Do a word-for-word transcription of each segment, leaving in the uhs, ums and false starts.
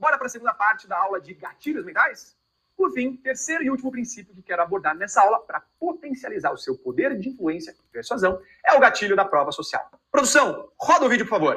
Bora para a segunda parte da aula de gatilhos mentais? Por fim, terceiro e último princípio que quero abordar nessa aula para potencializar o seu poder de influência e persuasão é o gatilho da prova social. Produção, roda o vídeo, por favor.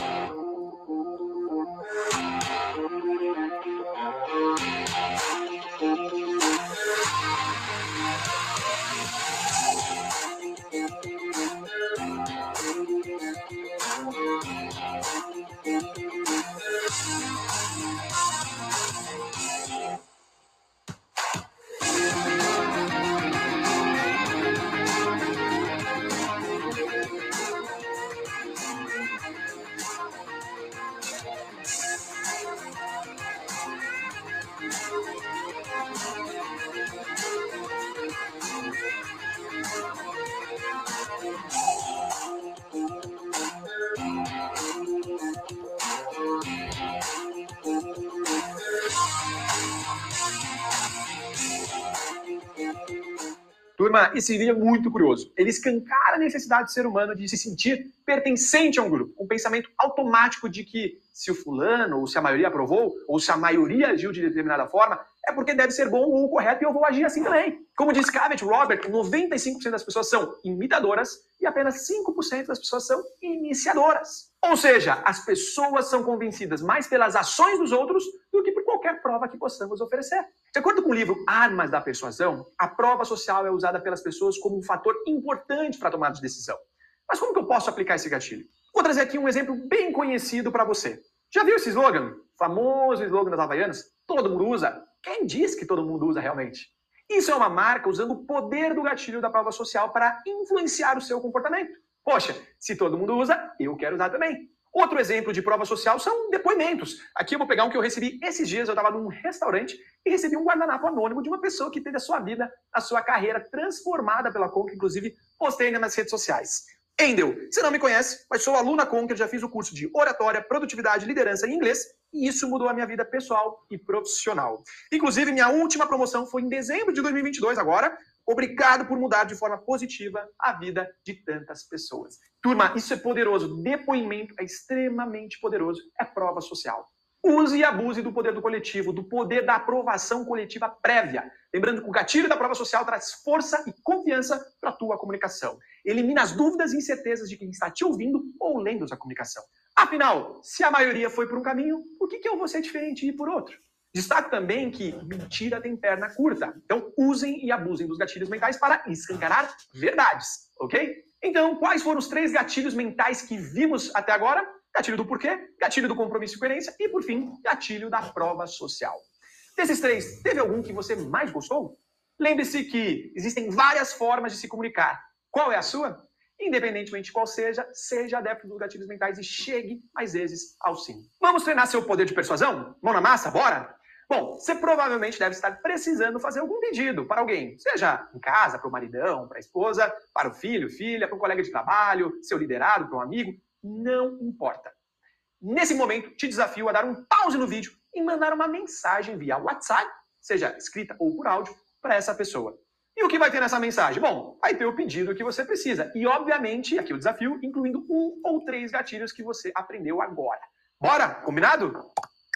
Turma, esse vídeo é muito curioso. Ele escancara a necessidade do ser humano de se sentir pertencente a um grupo. Um pensamento automático de que se o fulano, ou se a maioria aprovou, ou se a maioria agiu de determinada forma, é porque deve ser bom ou correto e eu vou agir assim também. Como diz Cavett Robert, noventa e cinco por cento das pessoas são imitadoras e apenas cinco por cento das pessoas são iniciadoras. Ou seja, as pessoas são convencidas mais pelas ações dos outros do que por qualquer prova que possamos oferecer. De acordo com o livro Armas da Persuasão, a prova social é usada pelas pessoas como um fator importante para a tomada de decisão. Mas como que eu posso aplicar esse gatilho? Vou trazer aqui um exemplo bem conhecido para você. Já viu esse slogan? Famoso slogan das Havaianas? Todo mundo usa? Quem diz que todo mundo usa realmente? Isso é uma marca usando o poder do gatilho da prova social para influenciar o seu comportamento. Poxa, se todo mundo usa, eu quero usar também. Outro exemplo de prova social são depoimentos. Aqui eu vou pegar um que eu recebi esses dias. Eu estava num restaurante e recebi um guardanapo anônimo de uma pessoa que teve a sua vida, a sua carreira transformada pela Conquer, inclusive postei nas redes sociais. Endel, você não me conhece, mas sou aluna Conquer, já fiz o curso de oratória, produtividade, liderança em inglês e isso mudou a minha vida pessoal e profissional. Inclusive, minha última promoção foi em dezembro de dois mil e vinte e dois agora. Obrigado por mudar de forma positiva a vida de tantas pessoas. Turma, isso é poderoso. Depoimento é extremamente poderoso. É prova social. Use e abuse do poder do coletivo, do poder da aprovação coletiva prévia. Lembrando que o gatilho da prova social traz força e confiança para a tua comunicação. Elimina as dúvidas e incertezas de quem está te ouvindo ou lendo a comunicação. Afinal, se a maioria foi por um caminho, por que, que eu vou ser diferente e ir por outro? Destaco também que mentira tem perna curta. Então, usem e abusem dos gatilhos mentais para escancarar verdades, ok? Então, quais foram os três gatilhos mentais que vimos até agora? Gatilho do porquê, gatilho do compromisso e coerência e, por fim, gatilho da prova social. Desses três, teve algum que você mais gostou? Lembre-se que existem várias formas de se comunicar. Qual é a sua? Independentemente de qual seja, seja adepto dos gatilhos mentais e chegue mais vezes ao sim. Vamos treinar seu poder de persuasão? Mão na massa, bora? Bom, você provavelmente deve estar precisando fazer algum pedido para alguém, seja em casa, para o maridão, para a esposa, para o filho, filha, para um colega de trabalho, seu liderado, para um amigo, não importa. Nesse momento, te desafio a dar um pause no vídeo e mandar uma mensagem via WhatsApp, seja escrita ou por áudio, para essa pessoa. E o que vai ter nessa mensagem? Bom, vai ter o pedido que você precisa. E, obviamente, aqui o desafio, incluindo um ou três gatilhos que você aprendeu agora. Bora? Combinado?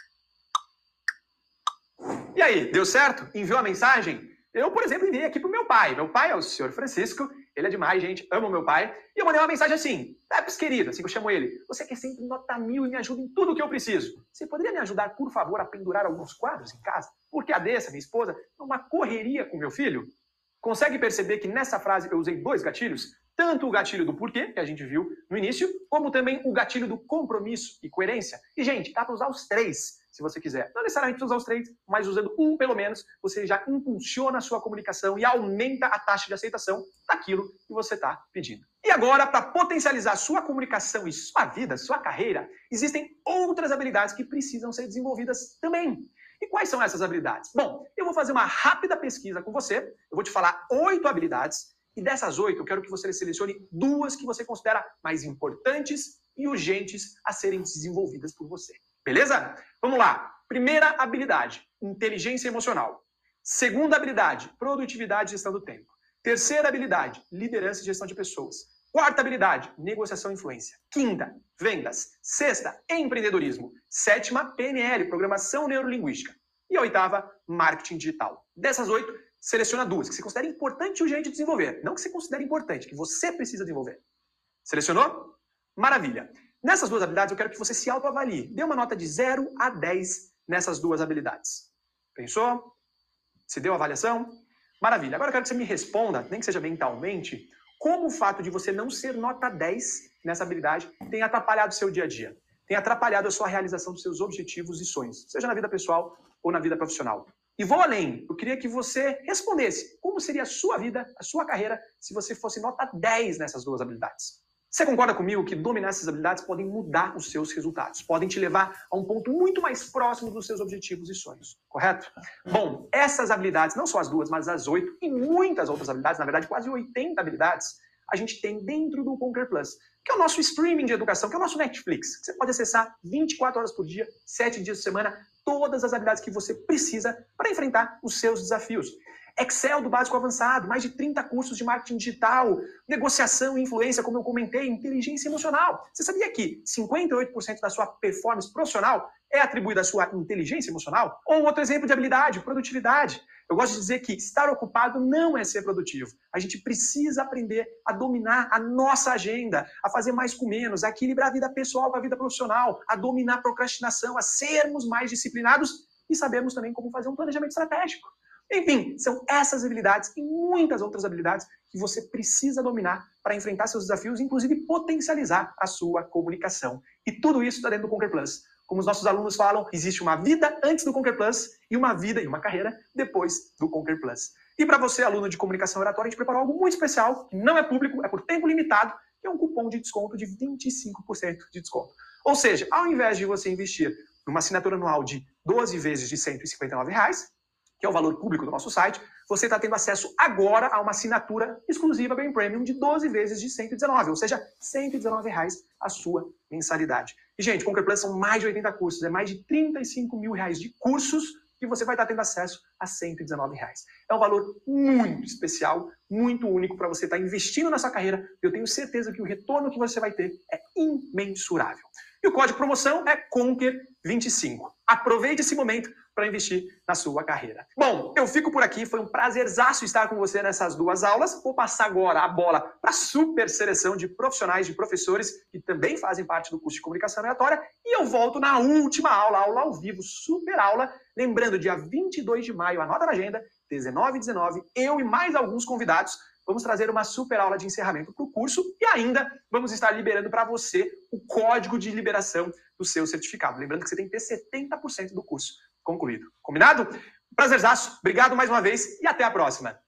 E aí, deu certo? Enviou a mensagem? Eu, por exemplo, enviei aqui pro meu pai. Meu pai é o senhor Francisco, ele é demais, gente, amo meu pai. E eu mandei uma mensagem assim: Peps, querido, assim que eu chamo ele, você que é sempre nota mil e me ajuda em tudo o que eu preciso. Você poderia me ajudar, por favor, a pendurar alguns quadros em casa? Porque a Dessa, minha esposa, é uma correria com meu filho. Consegue perceber que nessa frase eu usei dois gatilhos? Tanto o gatilho do porquê, que a gente viu no início, como também o gatilho do compromisso e coerência. E, gente, dá para usar os três, se você quiser. Não necessariamente usar os três, mas usando um pelo menos, você já impulsiona a sua comunicação e aumenta a taxa de aceitação daquilo que você está pedindo. E agora, para potencializar sua comunicação e sua vida, sua carreira, existem outras habilidades que precisam ser desenvolvidas também. E quais são essas habilidades? Bom, eu vou fazer uma rápida pesquisa com você, eu vou te falar oito habilidades, e dessas oito eu quero que você selecione duas que você considera mais importantes e urgentes a serem desenvolvidas por você. Beleza? Vamos lá. Primeira habilidade, inteligência emocional. Segunda habilidade, produtividade e gestão do tempo. Terceira habilidade, liderança e gestão de pessoas. Quarta habilidade, negociação e influência. Quinta, vendas. Sexta, empreendedorismo. Sétima, P N L, programação neurolinguística. E a oitava, marketing digital. Dessas oito, seleciona duas que você considera importante e urgente desenvolver. Não que você considere importante, que você precisa desenvolver. Selecionou? Maravilha. Nessas duas habilidades, eu quero que você se autoavalie. Dê uma nota de zero a dez nessas duas habilidades. Pensou? Se deu a avaliação? Maravilha. Agora eu quero que você me responda, nem que seja mentalmente, como o fato de você não ser nota dez nessa habilidade tem atrapalhado o seu dia a dia, tem atrapalhado a sua realização dos seus objetivos e sonhos, seja na vida pessoal ou na vida profissional. E vou além, eu queria que você respondesse como seria a sua vida, a sua carreira, se você fosse nota dez nessas duas habilidades. Você concorda comigo que dominar essas habilidades podem mudar os seus resultados, podem te levar a um ponto muito mais próximo dos seus objetivos e sonhos, correto? Bom, essas habilidades, não só as duas, mas as oito e muitas outras habilidades, na verdade quase oitenta habilidades, a gente tem dentro do Conquer Plus, que é o nosso streaming de educação, que é o nosso Netflix, que você pode acessar vinte e quatro horas por dia, sete dias por semana, todas as habilidades que você precisa para enfrentar os seus desafios. Excel do básico avançado, mais de trinta cursos de marketing digital, negociação e influência, como eu comentei, inteligência emocional. Você sabia que cinquenta e oito por cento da sua performance profissional é atribuída à sua inteligência emocional? Ou outro exemplo de habilidade, produtividade. Eu gosto de dizer que estar ocupado não é ser produtivo. A gente precisa aprender a dominar a nossa agenda, a fazer mais com menos, a equilibrar a vida pessoal com a vida profissional, a dominar a procrastinação, a sermos mais disciplinados e sabermos também como fazer um planejamento estratégico. Enfim, são essas habilidades e muitas outras habilidades que você precisa dominar para enfrentar seus desafios e, inclusive, potencializar a sua comunicação. E tudo isso está dentro do Conquer Plus. Como os nossos alunos falam, existe uma vida antes do Conquer Plus e uma vida e uma carreira depois do Conquer Plus. E para você, aluno de comunicação oratória, a gente preparou algo muito especial, que não é público, é por tempo limitado, que é um cupom de desconto de vinte e cinco por cento de desconto. Ou seja, ao invés de você investir numa assinatura anual de doze vezes de cento e cinquenta e nove reais, que é o valor público do nosso site, você está tendo acesso agora a uma assinatura exclusiva bem premium de doze vezes de cento e dezenove, ou seja, cento e dezenove reais a sua mensalidade. E, gente, Conquer Plus são mais de oitenta cursos, é mais de trinta e cinco mil reais de cursos que você vai estar tendo acesso a cento e dezenove reais. É um valor muito especial, muito único para você estar investindo na sua carreira. Eu tenho certeza que o retorno que você vai ter é imensurável. E o código de promoção é Conquer vinte e cinco. Aproveite esse momento para investir na sua carreira. Bom, eu fico por aqui. Foi um prazerzaço estar com você nessas duas aulas. Vou passar agora a bola para a super seleção de profissionais, de professores que também fazem parte do curso de comunicação oratória. E eu volto na última aula, aula ao vivo, super aula. Lembrando, dia vinte e dois de maio, anota na agenda, dezenove e dezenove, eu e mais alguns convidados vamos trazer uma super aula de encerramento para o curso e ainda vamos estar liberando para você o código de liberação do seu certificado. Lembrando que você tem que ter setenta por cento do curso concluído. Combinado? Prazerzaço, obrigado mais uma vez e até a próxima.